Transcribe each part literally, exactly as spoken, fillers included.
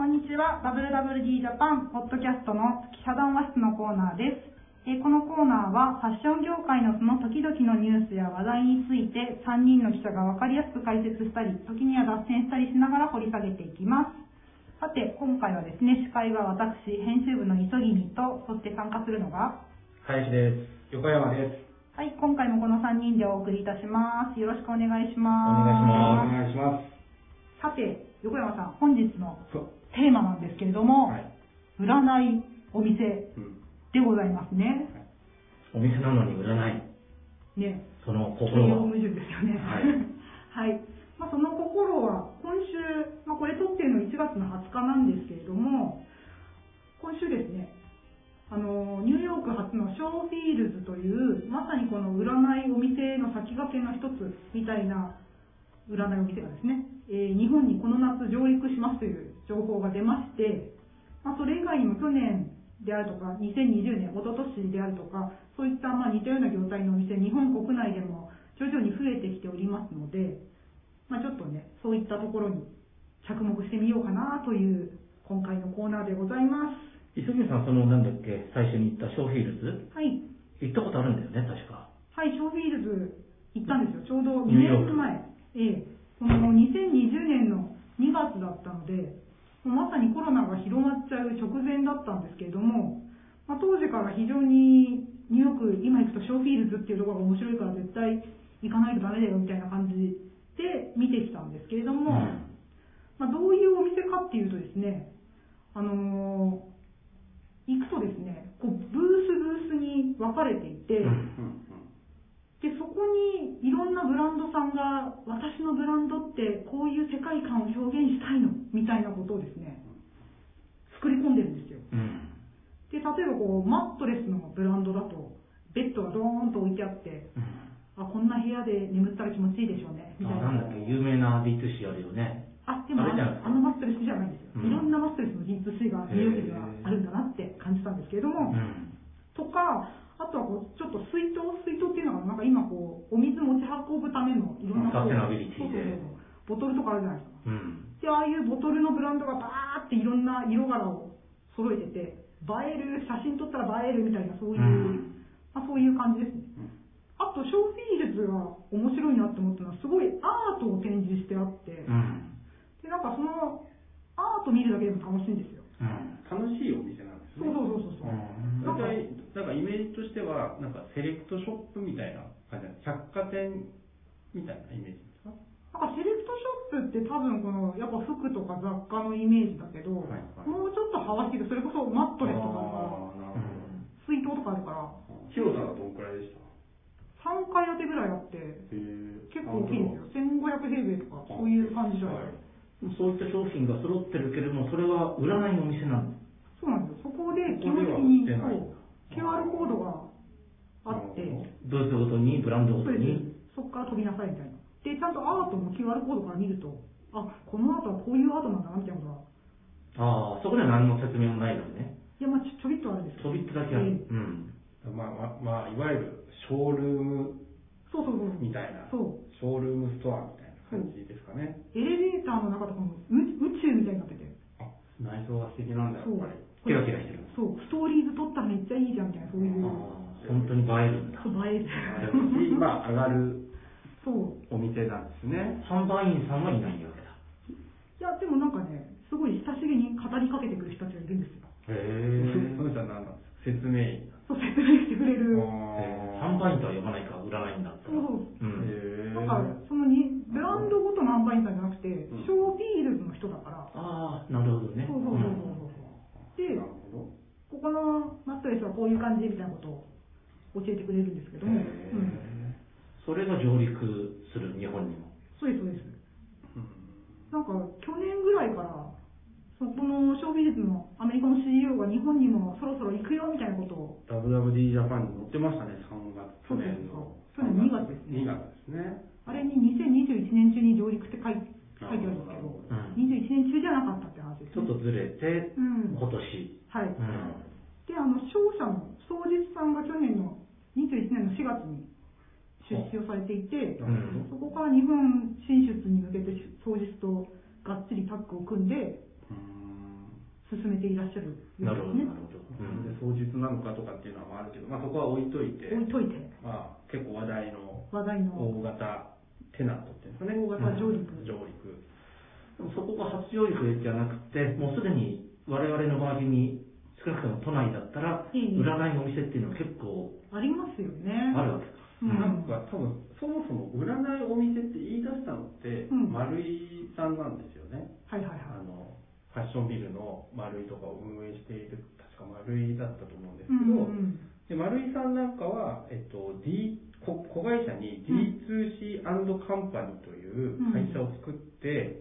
こんにちは。ダブリューダブリューディー ジャパンポッドキャストの記者談話室のコーナーです。えー、このコーナーはファッション業界のその時々のニュースや話題についてさんにんの記者が分かりやすく解説したり、時には脱線したりしながら掘り下げていきます。さて、今回はですね、司会は私、編集部の磯君と、そして参加するのが林です。 横山です。 はい、今回もこのさんにんでお送りいたします。よろしくお願いします。 お願いします。 お願いします。 さて、横山さん、本日のテーマなんですけれども、はい、占いお店でございますね。 うん、お店なのに占い。 ね。 その心は。 矛盾ですよね。はい。はい。まあ、その心は、今週、まあ、これ撮ってるのいちがつのはつかなんですけれども、今週ですね、あのニューヨーク発のショーフィールズというまさにこの占いお店の先駆けの一つみたいな占いお店がですね、えー、日本にこの夏上陸しますという情報が出まして、まあ、それ以外にも去年であるとかにせんにじゅうねん、一昨年であるとか、そういったまあ似たような業態のお店、日本国内でも徐々に増えてきておりますので、まあ、ちょっとね、そういったところに着目してみようかなという今回のコーナーでございます。 磯君さん、そのなんだっけ、最初に言ったショーフィールズ、 はい、 行ったことあるんだよね、確か。 はい、ショーフィールズ行ったんですよ、ちょうどにねんまえ、ええ、このにせんにじゅうねんのにがつだったので、まさにコロナが広まっちゃう直前だったんですけれども、まあ、当時から非常にニューヨーク、今行くとショーフィールズっていうところが面白いから絶対行かないとダメだよみたいな感じで見てきたんですけれども、うん、まあ、どういうお店かっていうとですね、あのー行くとですね、こうブースブースに分かれていて、うん、でそこにいろんなブランドさんが私のブランドってこういう世界観を表現したいのみたいなことをですね作り込んでるんですよ、うん、で例えばこうマットレスのブランドだとベッドがドーンと置いてあって、うん、あこんな部屋で眠ったら気持ちいいでしょうねみたいな。 なんだっけ、有名な ディーツーシー あるよね。 あ、でもあ の, あのマットレスじゃないんですよ、うん、いろんなマットレスの ディーツーシー がニューヨークにはあるんだなって感じたんですけれども、うん、とか、あとはこうちょっと水筒水筒っていうのがなんか今こうお水持ち運ぶためのいろんなこう、 サステナビリティでボトルとかあるじゃないですか、うん、でああいうボトルのブランドがバーっていろんな色柄を揃えてて映える、写真撮ったら映えるみたいなそういう、うん、まあ、そういう感じですね、うん、あとショーフィールズが面白いなって思ったのはすごいアートを展示してあって、うん、でなんかそのアート見るだけでも楽しいんですよ、 うん、楽しいお店なんですね。 そうそうそうそう、うん、 大体なんかイメージとしてはなんかセレクトショップみたいな感じ、百貨店みたいなイメージですか？ なんかセレクトショップって多分このやっぱ服とか雑貨のイメージだけど、はいはい、もうちょっと幅広い、それこそマットレスとかあるから、水筒とかあるから。 広さはどんくらいでした？ さんかい建てぐらいあって、結構大きいんですよ。せんごひゃくへいべいとか、そういう感じじゃないですか。 そういった商品が揃ってるけれども、それは占いのお店なの？ そうなんですよ。そこで基本的にそう キューアール コードがあって、 ブースごとに、ブランドごとに、 そこから飛びなさいみたいな。で、ちゃんとアートも キューアール コードから見ると、あ、このアートはこういうアートなんだなみたいなことが。ああ、そこでは何の説明もないのね。 いや、まあちょびっとあるんですよ。ちょびっとだけある。えー、 うん。まあ、まあ、いわゆるショールームそうそうそうみたいな、 そうショールームストアみたいな感じですかね。 エレベーターの中とかも宇宙みたいになってて、 あ、内装が素敵なんだやっぱり。 キラキラしてる。 そう、ストーリーズ撮ったらめっちゃいいじゃんみたいな、そういう。 本当に映えるんだ。 そう、映える。 今上がるそうお店なんですね。 販売員さんはいないわけだ。 いや、でもなんかね、すごい親しげに語りかけてくる人たちがいるんですよ。 へえ。その人は何なんですか？説明員。 そう、説明してくれる。 販売員とは呼ばないか、占いんだったら。 そうそう。うん、なんか、そのに、ブランドごとの販売員さんじゃなくて、ショーフィールズの人だから。 ああ、なるほどね。 そうそうそうそう。で、ここのマットレスはこういう感じみたいなことを教えてくれるんですけども。うん、 それが上陸する、日本にも。 そうです、そうです。なんか、去年ぐらいから、そこのショーフィールズのアメリカの シーイーオー が日本にもそろそろ行くよみたいなことをダブリューダブリューディー ジャパンに載ってましたね、さんがつ、去年の去年にがつですね。 にがつですね。 あれににせんにじゅういちねん中に上陸って書いて書いてあるんですけど、うん、にじゅういちねん中じゃなかったって話ですね。 ちょっとずれて、うん、今年。 はい。うん、で、あの商社の双日さんが去年のにじゅういちねんのしがつに出資をされていて、うん、そこから日本進出に向けて双日とがっちりタッグを組んで、 進めていらっしゃるようですね。 なるほど、なるほど。うん、 で双日なのかとかっていうのはあるけど、まあ、そこは置いといて、 置いといて、 まあ、結構話題の話題の大型テナントっていうんですかね、 大型上陸、 上陸。 でもそこが初上陸じゃなくて、もうすでに我々の周りに少なくとも都内だったら、 ええ、 占いのお店っていうのは結構ありますよね。 あるわけか。 うん、 なんか多分そもそも占いお店って言い出したのって、 うん、 丸井さんなんですよね。 はいはいはい。 あのファッションビルの丸井とかを運営している、確か丸井だったと思うんですけど、 うんうん、 で丸井さんなんかは、えっと D、子会社に ディーツーシー カンパニーという会社を作って、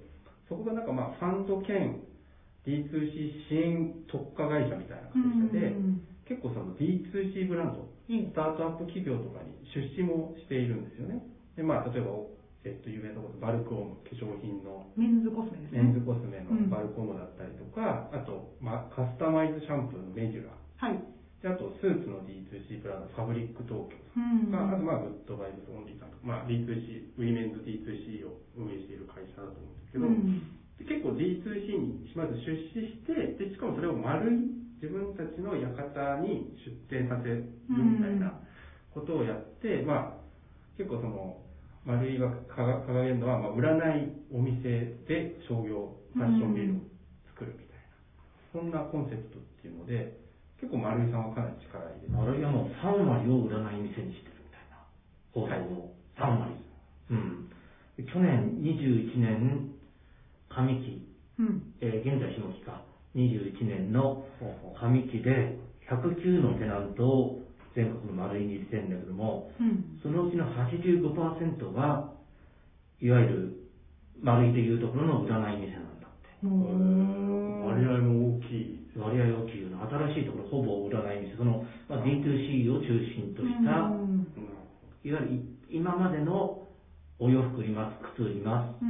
うん、そこがなんかまあファンド兼 ディーツーシー 支援特化会社みたいな会社で、うんうん、結構その ディーツーシー ブランド、スタートアップ企業とかに出資もしているんですよね。でまあ例えばえっと、有名なところバルクオム、化粧品のメンズコスメですね。 メンズコスメのバルクオムだったりとか、うん、あと、ま、カスタマイズシャンプーのメジュラ、 はい、 であとスーツの ディーツーシー ブランドファブリック東京とか、うん、あとまあグッドバイブスオンリーさんとか、まあ、ディーツーシー ウィメンズ ディーツーシー を運営している会社だと思うんですけど、うん、で結構 ディーツーシー にまず出資して、でしかもそれを丸い自分たちの館に出店させるみたいなことをやって、うん、まあ結構その丸井が掲げるのは、まあ、占いお店で商業ファッションビルを作るみたいな、うん、そんなコンセプトっていうので結構丸井さんはかなり力入れて丸井はもうさん割を占い店にしてるみたいな放送のさん割、うん、去年にじゅういちねん上期、うんえー、現在下期かにじゅういちねんの上期でひゃくきゅうのテナントを全国の丸いにしてるんだけども、うん、そのうちの はちじゅうごパーセント がいわゆる丸いでいうところの占い店なんだって。 割合も大きい。 割合大きいよね。新しいところほぼ占い店、その、まあ、ディーツーシー を中心とした、うん、いわゆる今までのお洋服売ります、靴売ります、うん、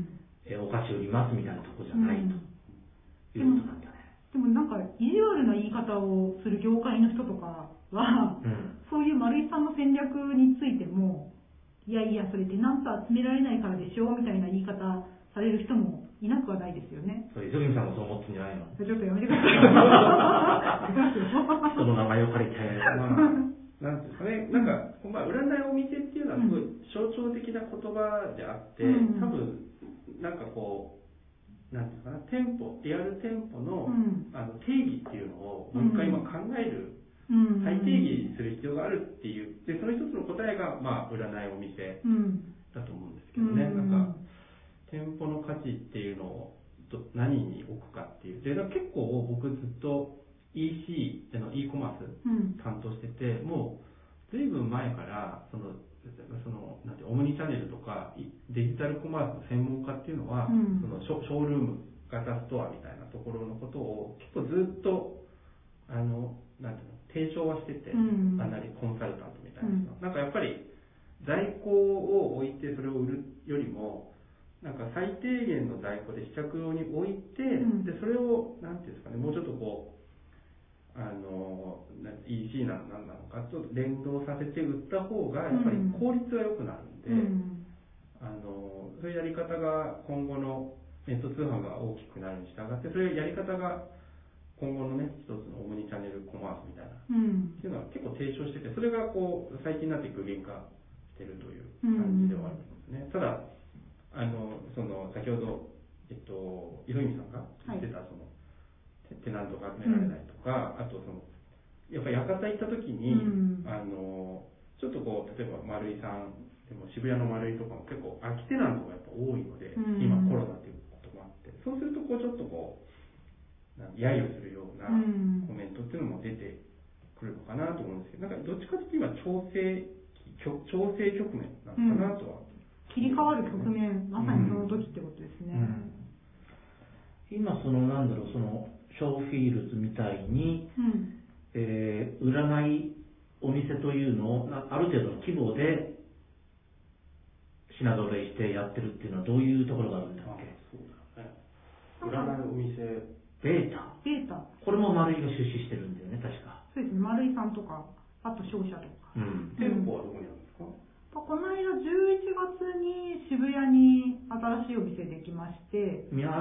えお菓子売りますみたいなところじゃない、うん、ということなんだね。 でもなんか意地悪な言い方をする業界の人とかは、うん、そういう丸井さんの戦略についても、いやいやそれテナント集められないからでしょみたいな言い方される人もいなくはないですよね。 それ磯君さんもそう思ってんじゃないの？ ちょっとやめてください。 人の名前を借りて、 まあ、なんですかね、なんか、まあ、占いお店っていうのはすごい象徴的な言葉であって、うん、多分なんかこうなんていうかな、店舗リアル店舗の、うん、あの定義っていうのをもう一回今考える、うん、再定義する必要があるっていうでその一つの答えが、まあ、占いお店だと思うんですけどね、うん、なんか店舗の価値っていうのを何に置くかっていうで結構僕ずっと イーシー での e コマース担当してて、うん、もう随分前からそのそのなんてオムニチャンネルとかデジタルコマースの専門家っていうのは、うん、そのショ、ショールーム型ストアみたいなところのことを結構ずっとあのなんていうの提唱はしてて、うん、あんなりコンサルタントみたいな、うん、なんかやっぱり在庫を置いてそれを売るよりもなんか最低限の在庫で試着用に置いて、うん、でそれをなんていうんですかねもうちょっとこうあの イーシー なの何なのかと連動させて売った方がやっぱり効率が良くなるんで、うん、あのそういうやり方が今後のネット通販が大きくなるに従ってそういうやり方が今後のね一つのオムニチャンネルコマースみたいな、うん、っていうのは結構提唱しててそれがこう最近になって具現化してるという感じではありますね、うん、ただあのその先ほどえっと伊泉さんが言ってたその、はいテナントが集められないとか、うん、あとそのやっぱり館行った時に、うん、あのちょっとこう例えば丸井さんでも渋谷の丸井とかも結構空きテナントがやっぱ多いので、うん、今コロナっていうこともあってそうするとこうちょっとこう揶揄するようなコメントっていうのも出てくるのかなと思うんですけどなんかどっちかというと今調整調整局面なのかなとは、 切り替わる局面まさにその時ってことですね、 今そのなんだろうそのショーフィールズみたいに、うんえー、占いお店というのをある程度の規模で品揃えしてやってるっていうのはどういうところがあるんだっけ？ そうだね。占いお店ベータベータこれも丸井が出資してるんだよね確か。 そうですね丸井さんとかあと商社とか、 うん、店舗はどこにあるんですか？ この間じゅういちがつに渋谷に新しいお店できまして宮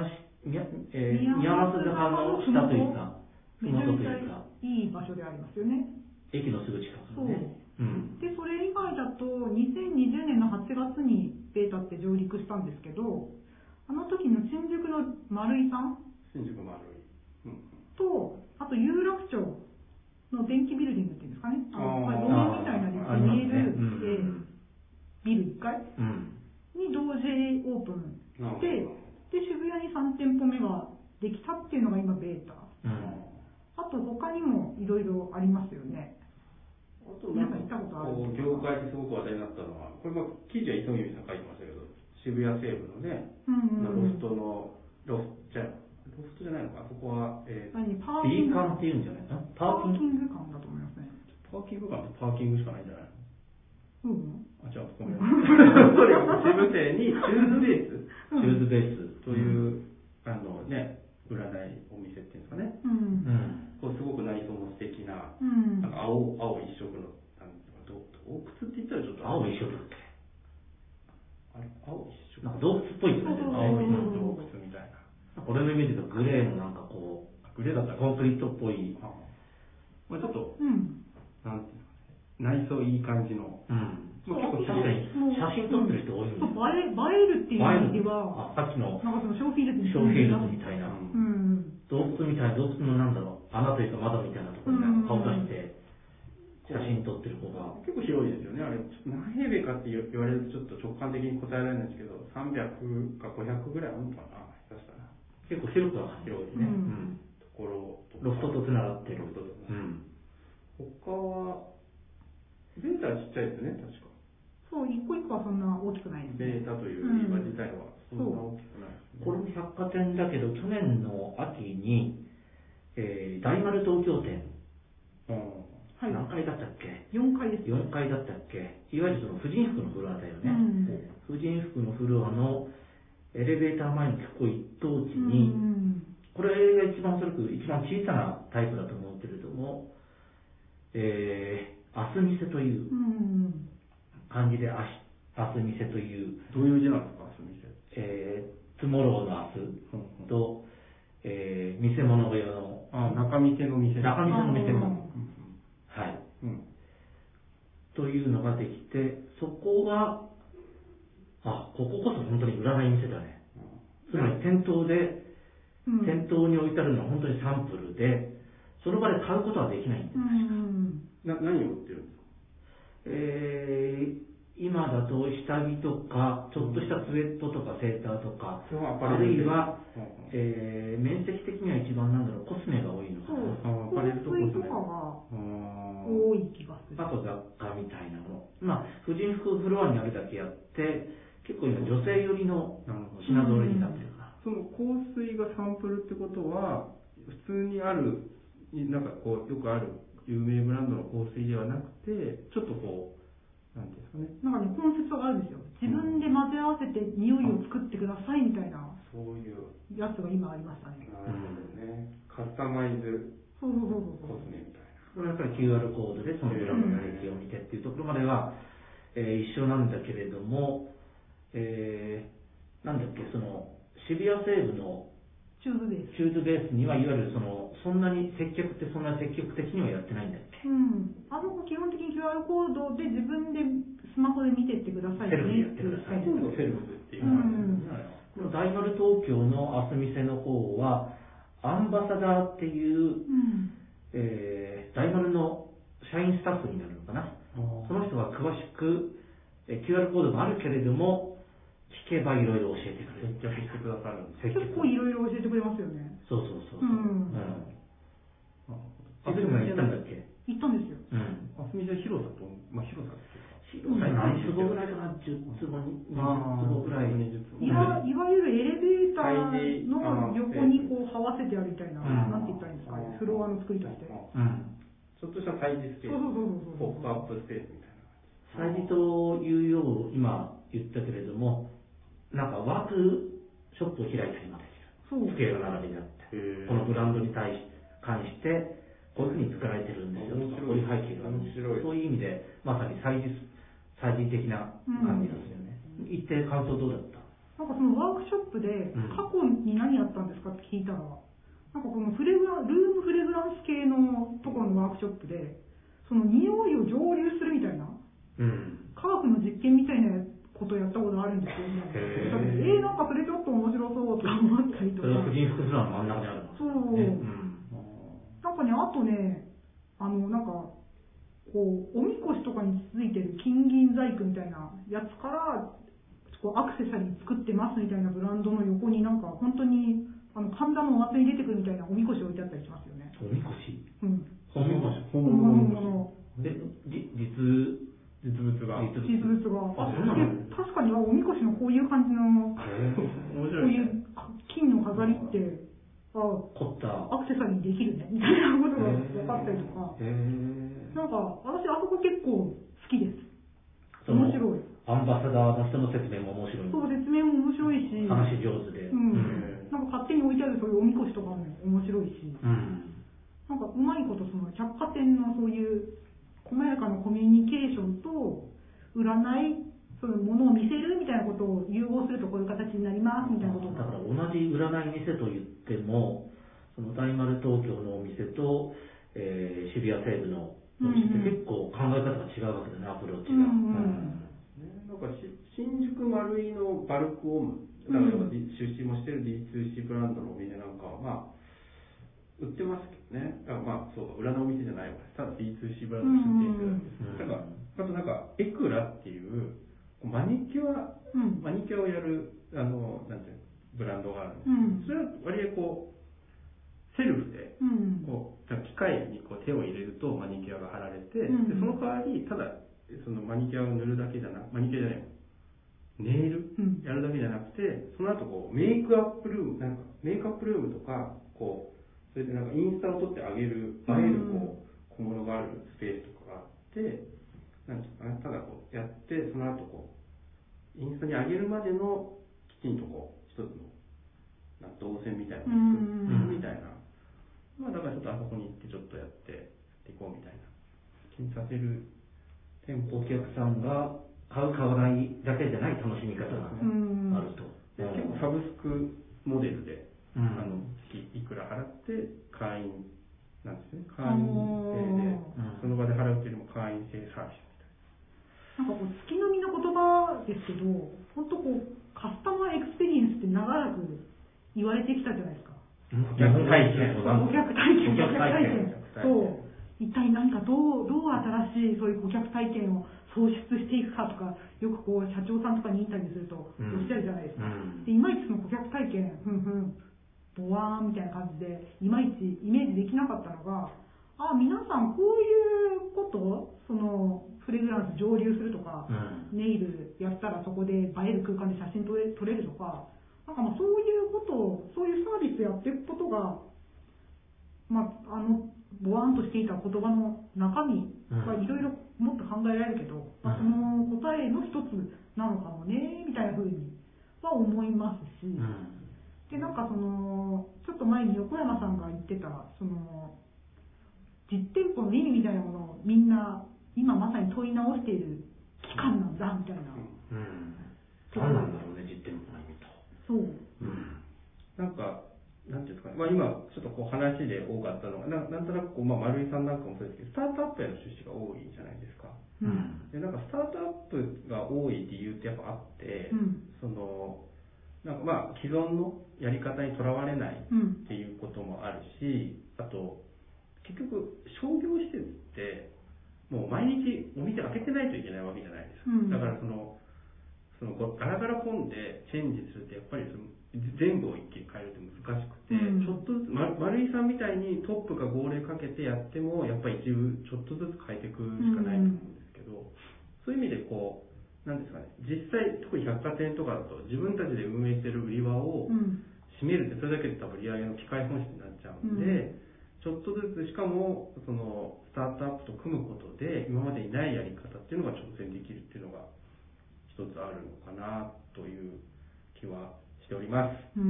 宮、えー、宮益坂の下というか、 めちゃめちゃいい場所でありますよね。 駅のすぐ近くのね。 そう、うん、でそれ以外だとにせんにじゅうねんのはちがつにベータって上陸したんですけど、あの時の新宿の丸井さん新宿丸井、うん、 とあと有楽町の電気ビルディングっていうんですかね、あのまあ、路面みたいなのに見える、ね、うん、えー、ビルいっかいに同時オープンして、で渋谷にさんてんぽめができたっていうのが今ベータ、うん、あと他にもいろいろありますよね。 あとなんか行ったことある業界ですごく話題になったのは、これも記事は磯君さん書いてましたけど、渋谷西部のね、うんうん、ロフトのロフじゃロフトじゃないのか、そこは、えー、 何パーキング館っていうんじゃないかな、 パーキング館だと思いますね。 パーキング館ってパーキングしかないんじゃないの？うん。あ、じゃあごめん。支部店にシューズベース、 シューズベースという、うん、あのね、占いお店っていうんですかね。うん。こうすごく内装も素敵な、うん、なんか青青一色のなんど洞窟って言ったらちょっと青一色だっけ？ あれ青一色。 なんか洞窟っぽいよね。 青い洞窟みたいな。 俺のイメージがグレーのなんかこうグレーだったらコンクリートっぽい。あまあちょっと、うん、なんていうの内装いい感じの。うん。 結構確かに写真撮ってる人多いんですよ。 映え、映えるっていう意味では、 あ、さっきのなんかそのショーフィールズショーフィールズみたいな、うん、洞窟みたいな、洞窟のなんだろう、穴というか窓みたいなところに顔出して写真撮ってる方が、 結構広いですよね。あれ何平米かって言われるとちょっと直感的に答えられないんですけど、さんびゃくかごひゃくぐらいあるのかな、下手したら。 結構広くは広いね。うん、ところとロフトとつながってる。 ロフトとつながってる。うん、他はベータはちっちゃいですね、確か。 そう、一個一個はそんな大きくないですね。ベータという売り場自体はそんな大きくないですね。 これも百貨店だけど、去年の秋に、えー、大丸東京店、うんはい、何階だったっけ？ よんかいです、ね。 よんかいだったっけ？いわゆるその婦人服のフロアだよね。うん、婦人服のフロアのエレベーター前の結構一等地に、うん、これが一番おそらく一番小さなタイプだと思うけれども、えー、明日店という漢字で明日店という、 どういう字なんですか、明日店？ えー、トゥモローの明日と、えー、見せ物小屋の、 あ、中見世の店。 中見世の店の、はい、うん。というのができて、そこは、あ、こここそ本当に占い店だね。つまり店頭で、うん、店頭に置いてあるのは本当にサンプルで、その場で買うことはできないんです。うん、 な何を売ってるんですか？ えー、今だと下着とか、ちょっとしたスウェットとかセーターとか、うん、あるいは、うんえー、面積的には一番なんだろう、コスメが多いのかな。 アパレルとコスメとかが多い気がする。 あと雑貨みたいなもの。まあ、婦人服フロアにあるだけあって、結構今女性寄りの品揃えになってるかな。 その香水がサンプルってことは、普通にある、なんかこう、よくある有名ブランドの香水ではなくて、ちょっとこう、なんていうんですかね。 なんかね、コンセプトがあるんですよ。自分で混ぜ合わせて匂いを作ってくださいみたいな、 そういうやつが今ありましたね。 なるほどね。カスタマイズそうそうそうそうコスメみたいな。 これはやっぱり キューアール コードでそのブランドの履歴を見てっていうところまでは、えー、一緒なんだけれども、えー、なんだっけ、その渋谷西部のシューズベース。 シューズベースにはいわゆるそのそんなに接客ってそんな積極的にはやってないんだっけ？ うん。あの基本的に キューアール コードで自分でスマホで見てってくださいね。 セルフでやってください。 セルフっていうのがあるんですね。 この大丸東京の明日店の方はアンバサダーっていう、うんえー、大丸の社員スタッフになるのかな。その人が詳しく、えー、キューアール コードがあるけれども聞けばいろいろ教えてくれる。 接客してくださるんです。 結構いろいろ教えてくれますよね。 そうそうそうそう。うん。あ、でも行ったんだっけ？ 行ったんですよ。 うん。あすみちゃん広さと、まあ広さっていうか。 広さ何坪ぐらいかな？じゅっつぼ、にじゅっつぼぐらい。 いわいわゆるエレベーターの横にこう這わせてあるみたいな、なんて言ったらいいんですかね。フロアの作りとして。うん。 ちょっとした催事スペース。そうそうそうそう。ポップアップスペースみたいな。 催事というよう今言ったけれども、なんかワークショップを開いたりまできる。机が並びになって、このブランドに対し関してこういうふうに作られてるんですよとか、こういう背景があるんですよ。そういう意味でまさに催事催事的な感じなんですよね。うん、一定感想どうだった？ なんかそのワークショップで過去に何やったんですかって聞いたら、なんかこのフレグラルームフレグランス系のところのワークショップで、その匂いを蒸留するみたいな、うん、科学の実験みたいなことをやったことあるんですよね。えー、なんかそれちょっと面白そうと思ったりとか。 それは婦人服フランの真ん中にあるの。 そう、ね、うん、なんかね、あとね、あのなんかこうおみこしとかについてる金銀細工みたいなやつからこうアクセサリー作ってますみたいなブランドの横になんか本当にあの神田のお祭りに出てくるみたいなおみこし置いてあったりしますよね。 おみこし？ うん。 本物本物。 で、実実物が実物が。あ、そうなの？確かにおみこしのこういう感じのこういう金の飾りってあ凝ったアクセサリーにできるねみたいなことが分かったりとか。なんか私あそこ結構好きです。面白い。 アンバサダーの人の説明も面白い。 そう、説明も面白いし。 話上手で。 うん。うん、なんか勝手に置いてあるそういうおみこしとかも面白いし。うん。なんかうまいことその百貨店のそういう細やかなコミュニケーションと占い、そのものを見せるみたいなことを融合するとこういう形になりますみたいなことだから同じ占い店と言っても、その大丸東京のお店と、えー、渋谷西部のお店って結構考え方が違うわけだね、アプローチが。うんうんなんか新宿丸井のバルクオーム、だから出資もしてる ディーツーシー ブランドのお店なんかは、まあ、売ってますけどね。だからまあ、そう、裏のお店じゃないわ。ただ ディーツーシー ブランドの出店してるんです。だから、あとなんか、エクラっていう、マニキュア、うん、マニキュアをやる、あの、なんていうの、ブランドがあるんですけど、うん、それは割合こう、セルフで、こう、機械にこう手を入れるとマニキュアが貼られて、うん、でその代わり、ただ、そのマニキュアを塗るだけじゃなく、マニキュアじゃないネイルやるだけじゃなくて、その後こうメイクアップルーム、なんかメイクアップルームとか、こう、それでなんかインスタを撮ってあげる、映えるこう、小物があるスペースとかがあって、なんていうかな、ただこうやって、その後こう、インスタにあげるまでのきちんとこう、一つの、なんか動線みたいなのを作ってみたいな。まあだからちょっとあそこに行ってちょっとやって、やっていこうみたいな。気にさせる。 お客さんが買う買わないだけじゃない楽しみ方があると。 結構サブスクモデルで、うん、あの月いくら払って会員なんですね。会員制で、その場で払うっていうよりも会員制サービスみたいな。なんかこう月並みの言葉ですけど、本当こうカスタマーエクスペリエンスって長らく言われてきたじゃないですか。 お客体験。 お客体験。お客体験。そう。一体何かどう、どう新しいそういう顧客体験を創出していくかとか、よくこう社長さんとかにインタビューするとおっしゃるじゃないですか。うん、でいまいちその顧客体験、ふんふん、ボワーンみたいな感じで、いまいちイメージできなかったのが、あ、皆さんこういうこと、そのフレグランス蒸留するとか、うん、ネイルやったらそこで映える空間で写真撮れ、撮れるとか、なんかまあそういうことを、そういうサービスやっていくことが、まあ、あの、ボワンとしていた言葉の中身はいろいろもっと考えられるけど、うん、まあ、その答えの一つなのかもねみたいな風には思いますし、うん、でなんかそのちょっと前に横山さんが言ってたその実店舗の意味みたいなものをみんな今まさに問い直している期間なんだみたいな。 うん、何なんだろうね、実店舗の意味と。 そう。 うん、なんか。なんていうんですかね、まあ、今、ちょっとこう話で多かったのが、ななんとなくこう、まあ、丸井さんなんかもそうですけど、スタートアップへの出資が多いじゃないですか。うん、でなんかスタートアップが多い理由ってやっぱあって、うん、そのなんかまあ既存のやり方にとらわれないっていうこともあるし、うん、あと結局商業施設ってもう毎日お店開けてないといけないわけじゃないですか。うん、だからそのそのガラガラポンでチェンジするってやっぱりその全部を一気に変えるって難しくて、うん、ちょっとずつ、ま、丸井さんみたいにトップが号令かけてやってもやっぱり一部ちょっとずつ変えていくしかないと思うんですけど、うん、そういう意味でこうなんですかね、実際特に百貨店とかだと自分たちで運営してる売り場を閉めるってそれだけで多分利上げの機械本質になっちゃうんで、うん、ちょっとずつしかもそのスタートアップと組むことで今までにないやり方っていうのが挑戦できるっていうのが一つあるのかなという気はしております。 うん、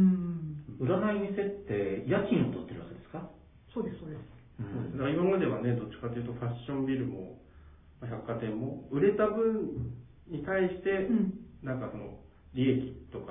占い店って家賃を取ってるわけですか？ そうですそうです。 うん、だから今まではね、どっちかというとファッションビルも百貨店も売れた分に対して、うん、なんかその利益とか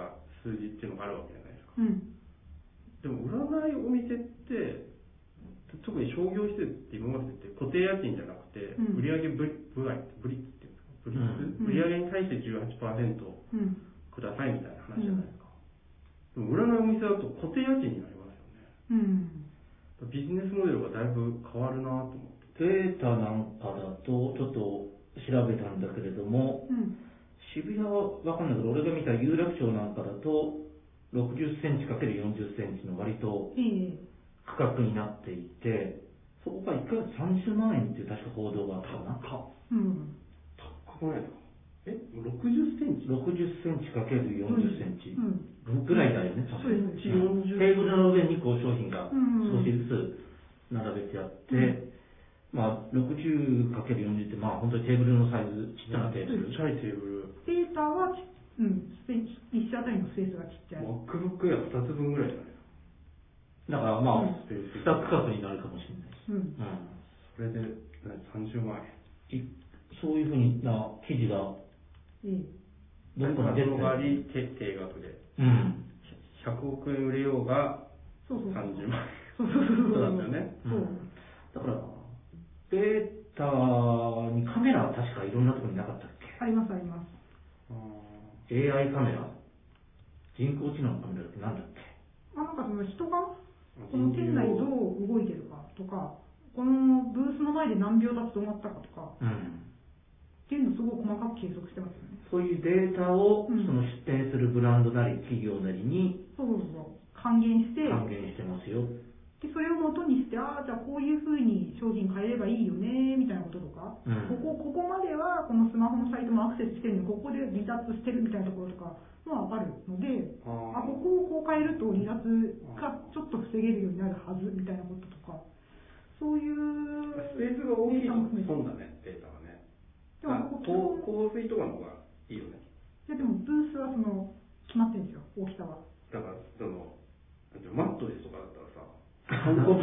数字っていうのがあるわけじゃないですか。 うん、 でも売らないお店って特に商業施設って今までって固定家賃じゃなくて、うん、売上ブリブラブリッツっていうんですか、ブリッツ、うん、売上に対して じゅうはちパーセント くださいみたいな話じゃないですか。うん、でも売らないお店だと固定家賃になりますよね。うん、ビジネスモデルがだいぶ変わるなと思って。 データなんかだとちょっと調べたんだけれども、うん、渋谷はわかんないけど、俺が見た有楽町なんかだとろくじゅっセンチ ×よんじゅっセンチの割と区画になっていて、そこがいっかげつさんじゅうまんえんっていう確か報道があったかな。 高くないですか。え、ろくじゅっセンチろくじゅっセンチ ×よんじゅっセンチぐらいだよね、確かに。テーブルの上にこう商品が少しずつ並べてあって、うん、まあ ろくじゅうかけるよんじゅう ってまあ本当にテーブルのサイズ、ちっちゃなテーブル。 ちっちゃいテーブル。 データは、うん、一社あたりのスペースがちっちゃい。 MacBook Air ふたつぶんぐらいじゃないですか。 だからまあ、に区画になるかもしれないです。 うんうん、 それでさんじゅうまんえん。 そういうふうな記事が、 うん、 どんどん出てる。割定額で、 うん、 ひゃくおくえん売れようがさんじゅうまんえん。そうなんだよね。 うん、だからデータにカメラは確かいろんなところになかったっけ？ ありますあります。 エーアイ カメラ、人工知能のカメラってなんだっけ？ あ、なんかその人がこの店内どう動いてるかとか、このブースの前で何秒経つと思ったかとか、うん、っていうのをすごく細かく計測してますよね。 そういうデータを、うん、その出店するブランドなり企業なりにそうそうそう還元して還元してますよ。 でそれを元にして、ああじゃあこういうふうに商品買えればいいよねみたいなこととか、うん、ここここまではこのスマホのサイトもアクセスしてるのにここで離脱してるみたいなところとかも分かるので、あここをこう変えると離脱がちょっと防げるようになるはずみたいなこととか、そういうスペースが大きいと損だね、データはね。でもここ香水とかの方がいいよね。 いやでもブースはその決まってるんですよ、大きさは。 だからそのマットレスとかだったらさ確かに小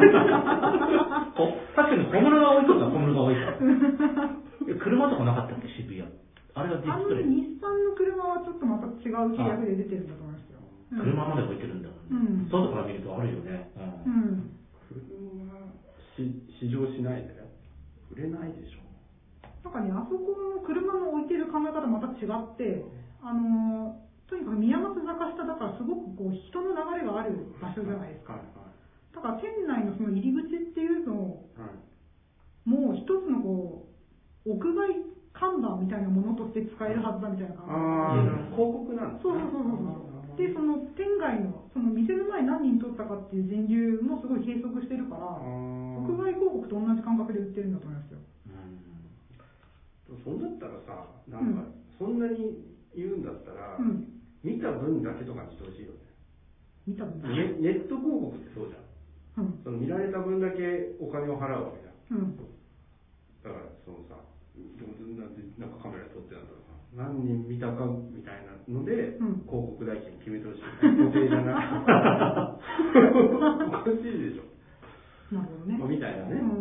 室が多いとか小室が多いか車とかなかったっけ、渋谷。あれがディスプレイ。 日産の車はちょっとまた違う契約で出てるんだと思いますよ。 うん、車まで置いてるんだもんね。うん、外から見るとあるよね。 うん。 車し試乗しないで売れないでしょ。 なんかね、あそこの車の置いてる考え方また違って、あのとにかく宮益坂下だからすごくこう人の流れがある場所じゃないですか。はいはいはい、だから店内のその入り口っていうのを、はい、もう一つのこう屋外看板みたいなものとして使えるはずだみたいな感じで、広告なんですね。 そうそうそうそう。でその店外のその店の前何人取ったかっていう人流もすごい計測してるから、屋外広告と同じ感覚で売ってるんだと思いますよ。 うん、そんだったらさ、なんか、そんなに言うんだったら、うん、見た分だけとかにしてほしいよね。 見た分だけネット広告ってそうじゃん。うん、その見られた分だけお金を払うわけじゃん。うん、だからそのさ、なんかカメラ撮ってたとかさ、何人見たかみたいなので、うん、広告代金決めてほしい。固定じゃなくて。おかしいでしょ。 なるほどね。 みたいなね。うん、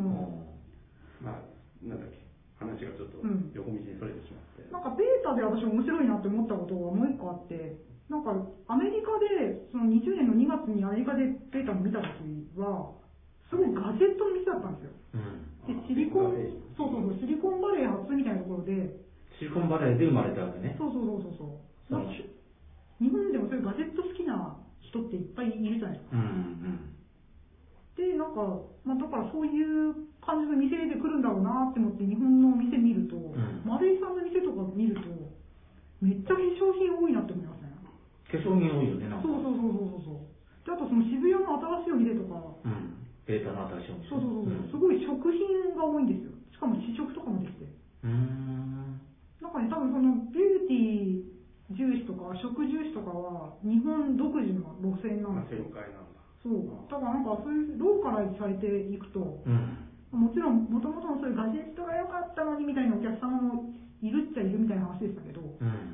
まあ、なんだっけ。話がちょっと横道にそれてしまって、うん、 なんかベータで私面白いなって思ったことがもう一個あって、なんかアメリカでそのにじゅうねんのにがつにアメリカでベータを見た時はすごいガジェットの店だったんですよ。うん、でシリコンそうそうそうシリコンバレー発みたいなところでシリコンバレーで生まれたわけね。 そうそうそうそうそう。日本でもそういうガジェット好きな人っていっぱいいるじゃないですか。うんうん、でなんか、まあ、だからそういう感じの店で来るんだろうなって思って日本の店見ると、うん、マレイさんの店とか見るとめっちゃ化粧品多いなって思いますね。 化粧品多いよね。なんかそうそうそうそうそう。であとその渋谷の新しいお店とか、 うん、データの新しいお店、 そうそうそう、うん、すごい食品が多いんですよ。しかも試食とかもできて、うーんなんかね多分そのビューティー重視とか食重視とかは日本独自の路線なんですよ。 正解なんだ。 そうだからなんかそういうローカライズされていくと、うんもちろん、もともとのそういうガジェットが良かったのにみたいなお客様もいるっちゃいるみたいな話でしたけど、うん、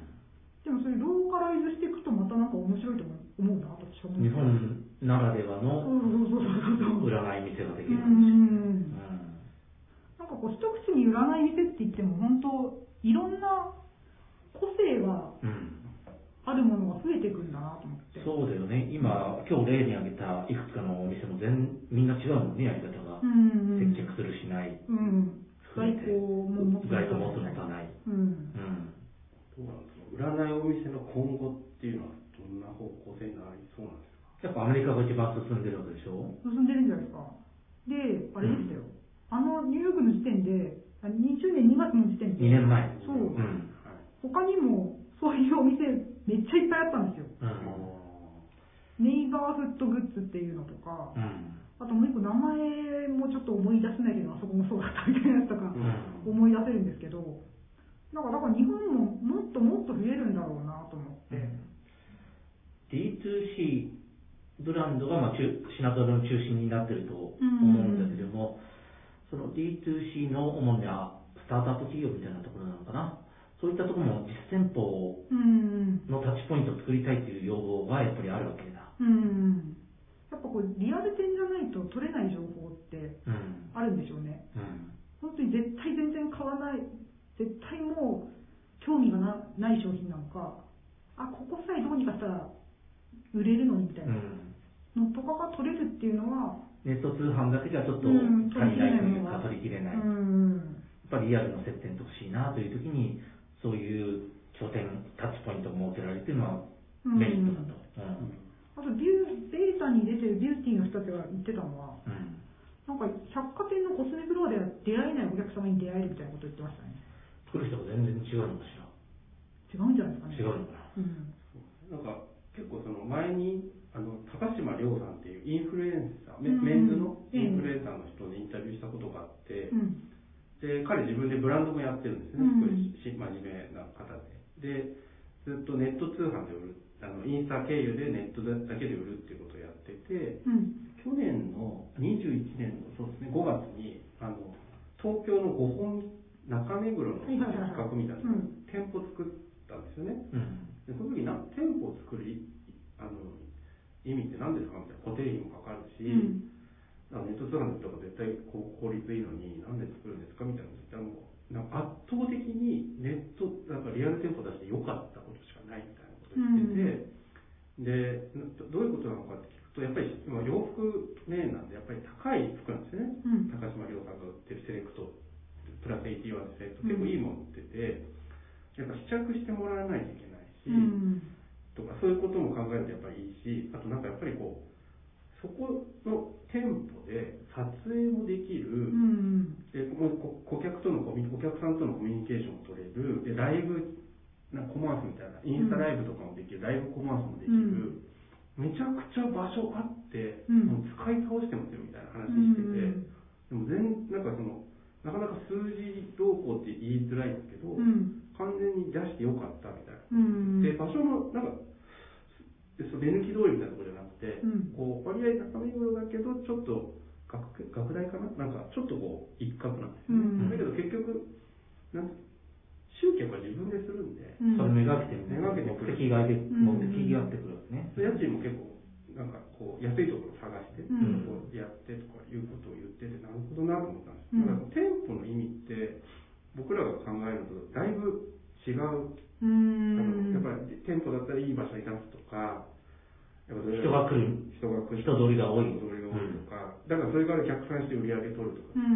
でもそういうローカライズしていくとまたなんか面白いと思うなと私は思う。 日本ならではの売らない店ができるかもしれない。うんなんかこう一口に売らない店って言っても本当いろんな個性があるものが増ええていくんだなと思って。 そうだよね。今、今日例に挙げたいくつかのお店も全みんな違うもんね、やり方が。 うんうん、 接客するしない。 うん。在庫も持つ在庫持つ持たない。うん。うん。 どうなんですか。売らないお店の今後っていうのはどんな方向性になりそうなんですか。 やっぱアメリカが一番進んでるわけでしょ。 進んでるんじゃないですか。で、あれですよ。うん、あのニューヨークの時点で、にじゅうねんにがつの時点で。 にねんまえ。 そう。うん、他にもそういうお店めっちゃいっぱいあったんですよ。うん、ネイバーフットグッズっていうのとか、うん、あともう一個名前もちょっと思い出せないけど、あそこもそうだったみたいなやつとか思い出せるんですけど、なんかだから日本ももっともっと増えるんだろうなと思って。うん、 ディーツーシー ブランドがまあ品揃えの中心になってると思うんだけども、うん、その ディーツーシー の主なスタートアップ企業みたいなところなのかな。そういったところも実店舗のタッチポイントを作りたいという要望がやっぱりあるわけだ。 うん、やっぱこうリアル店じゃないと取れない情報ってあるんでしょうね。うん、本当に絶対全然買わない、絶対もう興味が な, ない商品なのか、あ、ここさえどうにかしたら売れるのにみたいなのとかが取れるっていうのは、 ネット通販だけじゃちょっと足りないというか取りきれない。うん、やっぱりリアルの接点と欲しいなという時に、そういう拠点、タッチポイントを設けられているのはメリットだと。うんうん、 あとビュー、データに出てるビューティーの人たちが言ってたのは、うん、なんか百貨店のコスメフロアでは出会えないお客様に出会えるみたいなことを言ってましたね。 作る人が全然違うのかしら。 違うんじゃないですかね。 違うのかな。うん、 なんか結構その前にあの高島亮さんっていうインフルエンサー、うん、メンズのインフルエンサーの人にインタビューしたことがあって、うん、で彼自分でブランドもやってるんですね。すごい真面目な方で、でずっとネット通販で売る、あのインスタ経由でネットだけで売るっていうことをやってて、うん、去年のにじゅういちねんのそうですねごがつにあの東京のごほん中目黒の企画みたいな、うん、店舗作ったんですよね。うん、でその時な店舗を作るあの意味って何ですかみたいな、固定費もかかるし、うん、ネット通販とか絶対こう効率いいのになんで作るんですかみたいな。なんか圧倒的にネットなんかリアル店舗出して良かったことしかないみたいなことを言ってて、うん、でどういうことなのかって聞くと、やっぱり今洋服メーンなんでやっぱり高い服なんですよね。うん、高島亮さんが売ってるセレクトプラスエイティワンセット、結構いいもの売ってて、やっぱ試着してもらわないといけないし、うん、とかそういうことも考えるとやっぱりいいし、あとなんかやっぱりこうそこの店舗で撮影もできる、うん、で顧客とのコミお客さんとのコミュニケーションを取れる、でライブなんかコマースみたいなインスタライブとかもできる、うん、ライブコマースもできる、うん、めちゃくちゃ場所あって、うん、もう使い倒してますよみたいな話してて、うん、でも全なんかそのなかなか数字動向って言いづらいんですけど、うん、完全に出してよかったみたいな、うん、で場所もなんか目抜き通りみたいなところじゃなくて、うん、こう割合中目黒だけどちょっと学学大かな、なんかちょっとこう一角なんですよね。うん、だけど結局なん集客は自分でするんで、 うん、それめがけてめがけて目的が目的があってくるんですね。 家賃も結構なんかこう安いところを探して、うん、こうやってとかいうことを言ってて、なるほどなと思ったんです。うん、だから店舗の意味って僕らが考えるとだいぶ違う。うん、あのやっぱり店舗だったらいい場所に立つとか、 やっぱ人が来る、 人が来る、 人通りが多い、 人通りが多いとか、うん、だからそれから逆算して売り上げ取るとか、うん、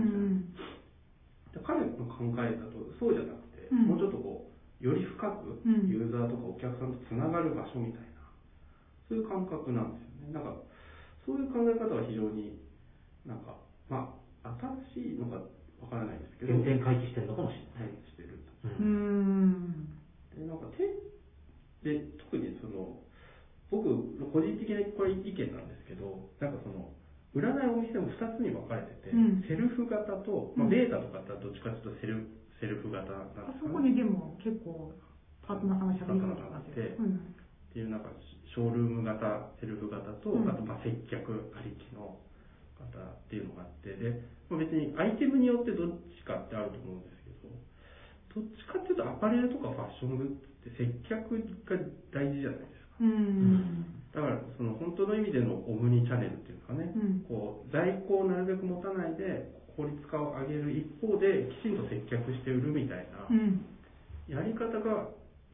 彼の考えだとそうじゃなくて、うん、もうちょっとこうより深くユーザーとかお客さんとつながる場所みたいな、そういう感覚なんですよね。なんかそういう考え方は非常になんかまあ新しいのかわからないですけど、 全然回帰してるのかもしれない。 してると。 うん。 でなんか手で特にその僕個人的なこれ意見なんですけど、なんかその売らないお店もふたつに分かれてて、うん、セルフ型と、まあ、ベータとかだとどっちかというとセルセルフ型なんですかね。 あそこにでも結構パートナーさんがしゃべり方があって、うん、 っていうなんかショールーム型セルフ型と、うん、あとまあ接客ありきの方っていうのがあって、で、まあ、別にアイテムによってどっちかってあると思うんですけど、どっちかっていうとアパレルとかファッショングッズって接客が大事じゃないですか。うん、だからその本当の意味でのオムニチャンネルっていうかね、うん、こう在庫をなるべく持たないで効率化を上げる一方できちんと接客して売るみたいなやり方が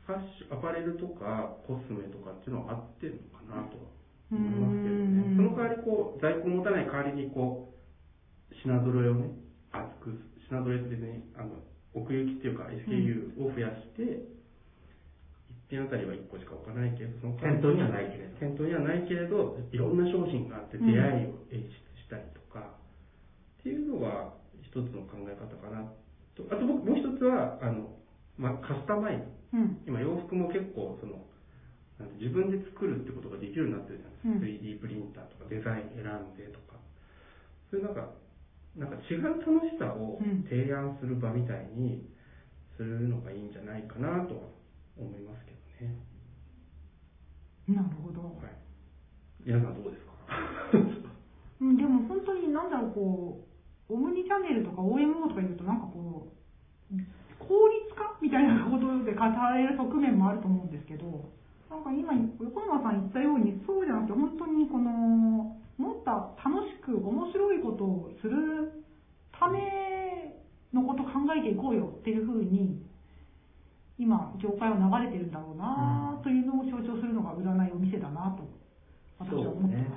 ファッション、アパレルとかコスメとかっていうのは合ってるのかなとは思いますけどね。その代わりこう、在庫を持たない代わりにこう、品揃えをね、厚く、品揃えってね、あの、奥行きっていうか エスケーユー を増やして、いっぺんあたりはいっこしか置かないけど、その店頭にはないけれど。 店頭にはないけれど、いろんな商品があって出会いを演出したりとか、っていうのが一つの考え方かなと。あと僕、もう一つは、あの、まあ、カスタマイズ。うん、今洋服も結構そのなんて自分で作るってことができるようになってるじゃないですか、うん、スリーディー プリンターとかデザイン選んでとか、そういうなんかなんか違う楽しさを提案する場みたいにするのがいいんじゃないかなとは思いますけどね。 なるほど、はい、 皆さんどうですか？ うん、でも本当になんだろう、こうオムニチャンネルとか オーエムオー とか言うとなんかこう効率化みたいなことで語られる側面もあると思うんですけど、なんか今横山さん言ったようにそうじゃなくて、本当にこのもっと楽しく面白いことをするためのことを考えていこうよっていうふうに今業界は流れてるんだろうなというのを象徴するのが占いお店だなと私は思ってます。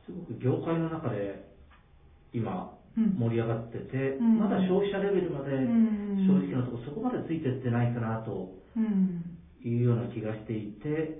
すごく業界の中で今盛り上がってて、うん、まだ消費者レベルまで正直なところそこまでついてってないかなというような気がしていて、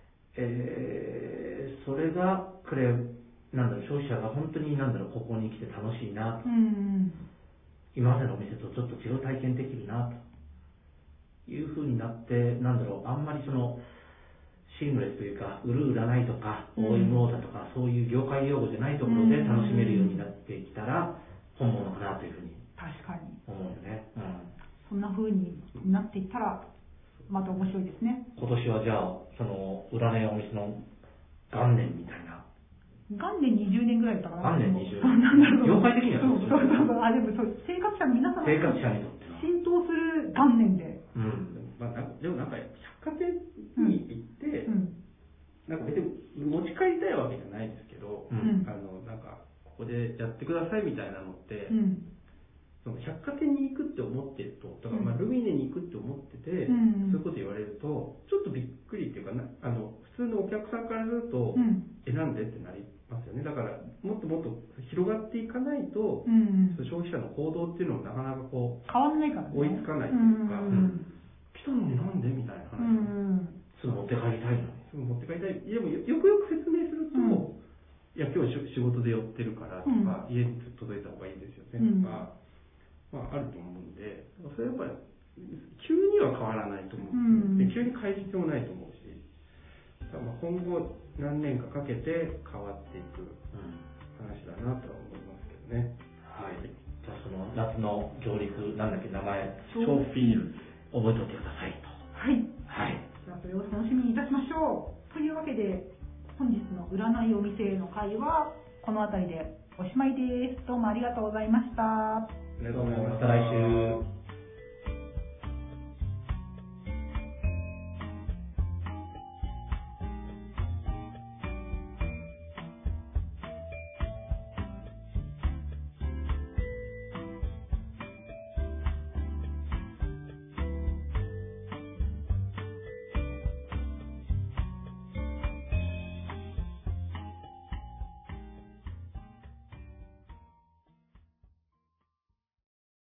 えー、それがこれなんだろう、消費者が本当になんだろう、ここに来て楽しいなと、今までのお店とちょっと違う体験できるなというふうになって、なんだろう、あんまりそのシームレスというか、売る売らないとか、オーエムオー だとか、そういう業界用語じゃないところで楽しめるようになってきたら、本物かなというふうに確かに思うよね。うん、 そんなふうになっていったら、また面白いですね。 今年はじゃあ、その占いお店の元年みたいな。 元年にじゅうねんぐらいだったかな。 元年にじゅうねん。業界的にはそうそうそうそう。あ、でもそう生活者の皆さん生活者にとって浸透する元年で。 うん。まあ、でもなんか百貨店に行って、うんうんなんか別に持ち帰りたいわけじゃないですけど、うん、あのなんかここでやってくださいみたいなのって、うん、その百貨店に行くって思ってると、だからまあルミネに行くって思ってて、うん、そういうこと言われるとちょっとびっくりっていうかな、あの普通のお客さんからすると、うん、えなんでってなりますよね。だからもっともっと広がっていかないと、うん、消費者の行動っていうのもなかなかこう変わんないからね、 追いつかないというか、うん、来たのになんでみたいな話。 うんすぐ持って帰りたいのに。 すぐ持って帰りたい。でもよくよく説明すると、うん、いや今日仕事で寄ってるからとか、うん、家に届いた方がいいですよねとか、うん、まああると思うんで、それやっぱり急には変わらないと思うんですよ、うん、で急に変える必要もないと思うし、まあ今後何年かかけて変わっていく話だなとは思いますけどね。 はい。じゃあその夏の上陸なんだっけ名前、 ショーフィールド覚えておいてくださいと。 はい。 はい。 それを楽しみにいたしましょう。というわけで本日の占いお店の会はこの辺りでおしまいです。どうもありがとうございました。 ありがとうございました。 また来週。